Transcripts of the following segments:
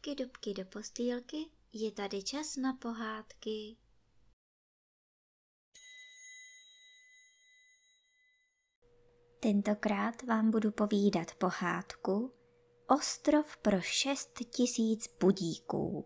Dubky, dubky do postýlky, je tady čas na pohádky. Tentokrát vám budu povídat pohádku Ostrov pro 6000 budíků.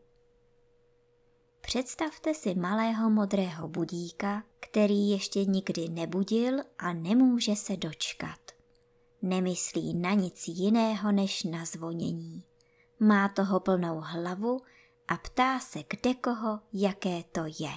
Představte si malého modrého budíka, který ještě nikdy nebudil a nemůže se dočkat. Nemyslí na nic jiného než na zvonění. Má toho plnou hlavu a ptá se kdekoho, jaké to je.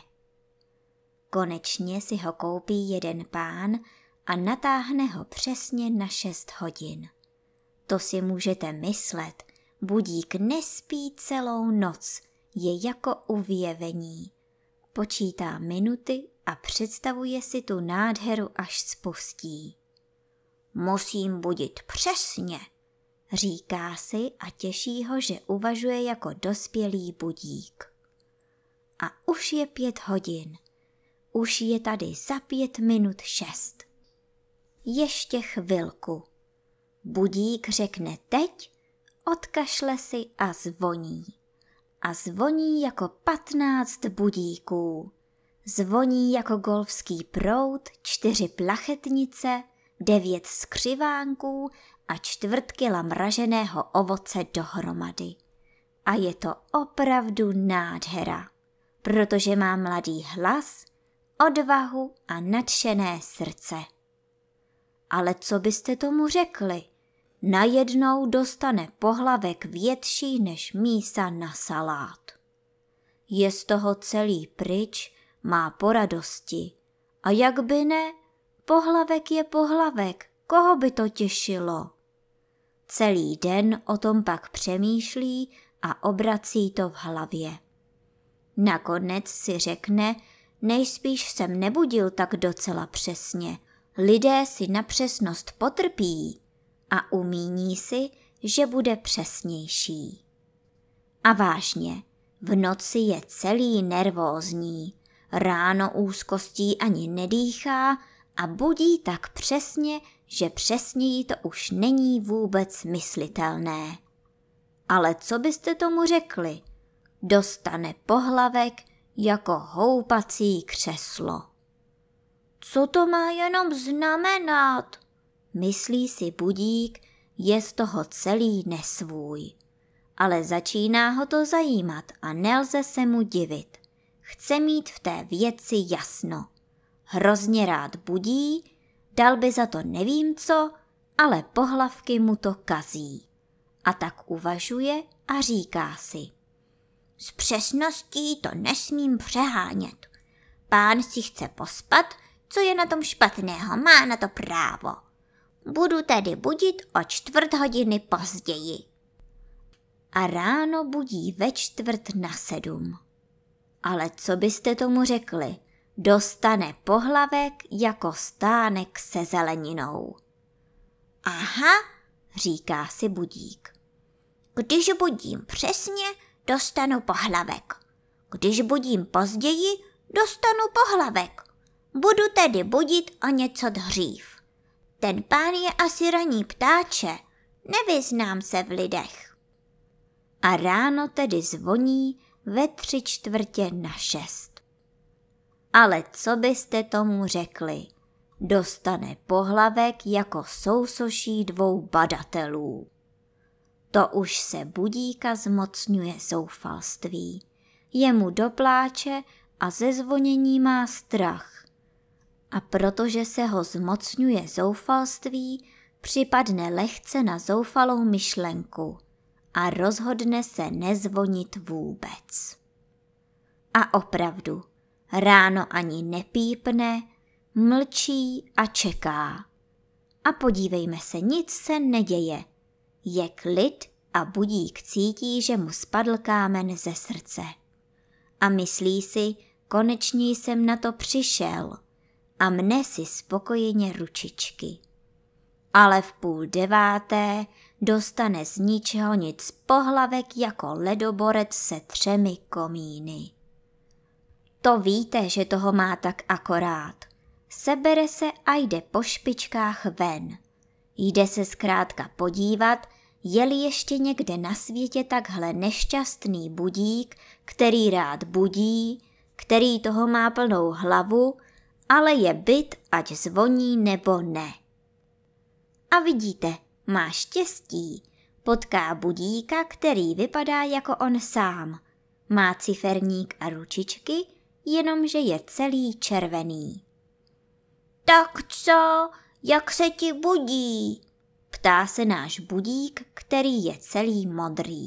Konečně si ho koupí jeden pán a natáhne ho přesně na 6 hodin. To si můžete myslet, budík nespí celou noc, je jako uvěvení. Počítá minuty a představuje si tu nádheru, až spustí. Musím budit přesně, říká si a těší ho, že uvažuje jako dospělý budík. A už je 5 hodin. Už je tady za 5 minut 6. Ještě chvilku. Budík řekne teď, odkašle si a zvoní. A zvoní jako 15 budíků. Zvoní jako golfský proud, 4 plachetnice, 9 skřivánků a 1/4 kila mraženého ovoce dohromady. A je to opravdu nádhera, protože má mladý hlas, odvahu a nadšené srdce. Ale co byste tomu řekli? Najednou dostane pohlavek větší než mísa na salát. Je z toho celý pryč, má po radosti. A jak by ne, pohlavek je pohlavek, koho by to těšilo? Celý den o tom pak přemýšlí a obrací to v hlavě. Nakonec si řekne, nejspíš jsem nebudil tak docela přesně, lidé si na přesnost potrpí a umíní si, že bude přesnější. A vážně, v noci je celý nervózní, ráno úzkostí ani nedýchá a budí tak přesně, že přesněji to už není vůbec myslitelné. Ale co byste tomu řekli? Dostane pohlavek jako houpací křeslo. Co to má jenom znamenat? Myslí si budík, je z toho celý nesvůj. Ale začíná ho to zajímat a nelze se mu divit. Chce mít v té věci jasno. Hrozně rád budí, dal by za to nevím co, ale pohlavky mu to kazí. A tak uvažuje a říká si. S přesností to nesmím přehánět. Pán si chce pospat, co je na tom špatného, má na to právo. Budu tedy budit o 1/4 hodiny později. A ráno budí ve 6:45. Ale co byste tomu řekli? Dostane pohlavek jako stánek se zeleninou. Aha, říká si budík. Když budím přesně, dostanu pohlavek. Když budím později, dostanu pohlavek. Budu tedy budit o něco dřív. Ten pán je asi ranní ptáče, nevyznám se v lidech. A ráno tedy zvoní ve 3/4 Ale co byste tomu řekli? Dostane pohlavek jako sousoší 2 badatelů. To už se budíka zmocňuje zoufalství. Je mu do pláče a ze zvonění má strach. A protože se ho zmocňuje zoufalství, připadne lehce na zoufalou myšlenku a rozhodne se nezvonit vůbec. A opravdu, ráno ani nepípne, mlčí a čeká. A podívejme se, nic se neděje. Je klid a budík cítí, že mu spadl kámen ze srdce. A myslí si, konečně jsem na to přišel a mne si spokojeně ručičky. Ale v 8:30 dostane z ničeho nic pohlavek jako ledoborec se 3 komíny. To víte, že toho má tak akorát. Sebere se a jde po špičkách ven. Jde se zkrátka podívat, Je-li ještě někde na světě takhle nešťastný budík, který rád budí, který toho má plnou hlavu, ale je byt, ať zvoní nebo ne. A vidíte, má štěstí, potká budíka, který vypadá jako on sám. Má ciferník a ručičky, jenomže je celý červený. Tak co, jak se ti budí? Ptá se náš budík, který je celý modrý.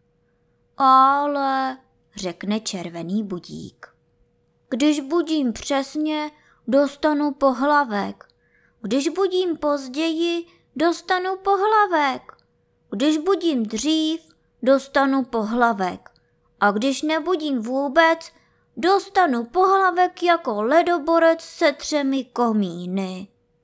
Ale, řekne červený budík. Když budím přesně, dostanu pohlavek. Když budím později, dostanu pohlavek. Když budím dřív, dostanu pohlavek. A když nebudím vůbec, dostanu pohlavek jako ledoborec se 3 komíny.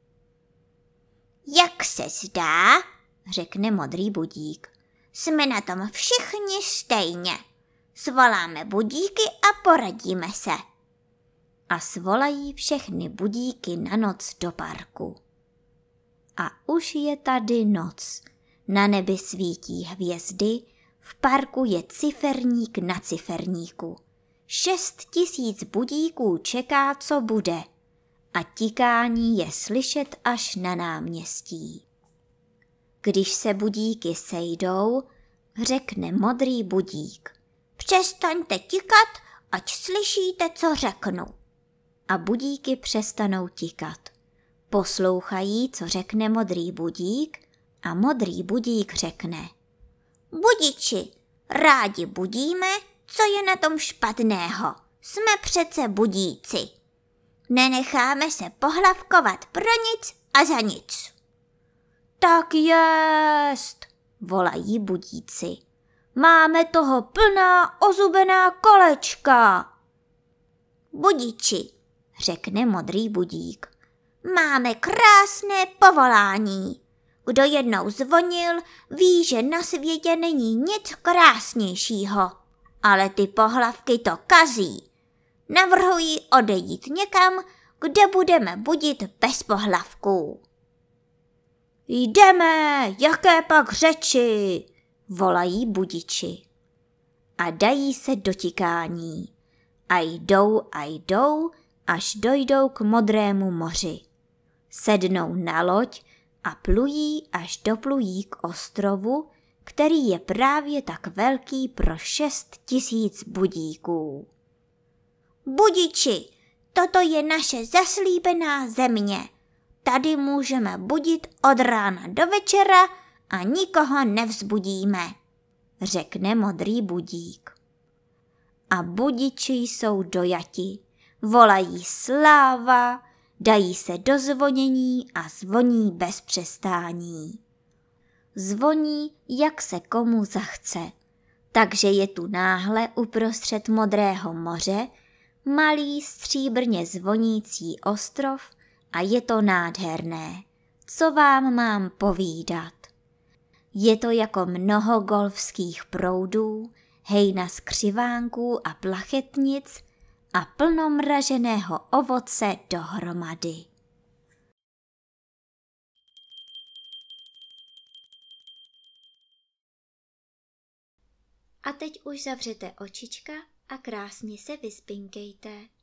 Jak se zdá, řekne modrý budík, jsme na tom všichni stejně. Svoláme budíky a poradíme se. A svolají všechny budíky na noc do parku. A už je tady noc. Na nebi svítí hvězdy, v parku je ciferník na ciferníku. 6 000 budíků čeká, co bude. A tikání je slyšet až na náměstí. Když se budíky sejdou, řekne modrý budík. Přestaňte tikat, ať slyšíte, co řeknu. A budíky přestanou tikat. Poslouchají, co řekne modrý budík, a modrý budík řekne. Budiči, rádi budíme, co je na tom špatného. Jsme přece budíci. Nenecháme se pohlavkovat pro nic a za nic. Tak jest, volají budíci. Máme toho plná ozubená kolečka. Budiči, řekne modrý budík. Máme krásné povolání. Kdo jednou zvonil, ví, že na světě není nic krásnějšího. Ale ty pohlavky to kazí. Navrhuji odejít někam, kde budeme budit bez pohlavků. Jdeme, jaké pak řeči, volají budiči. A dají se do tikání. A jdou, až dojdou k modrému moři. Sednou na loď a plují, až doplují k ostrovu, který je právě tak velký pro 6 000 budíků. Budiči, toto je naše zaslíbená země. Tady můžeme budit od rána do večera a nikoho nevzbudíme, řekne modrý budík. A budiči jsou dojati, volají sláva, dají se do zvonění a zvoní bez přestání. Zvoní, jak se komu zachce, takže je tu náhle uprostřed modrého moře malý stříbrně zvonící ostrov a je to nádherné. Co vám mám povídat? Je to jako mnoho golfských proudů, hejna skřivánků a plachetnic a plno mraženého ovoce dohromady. A teď už zavřete očička a krásně se vyspinkejte.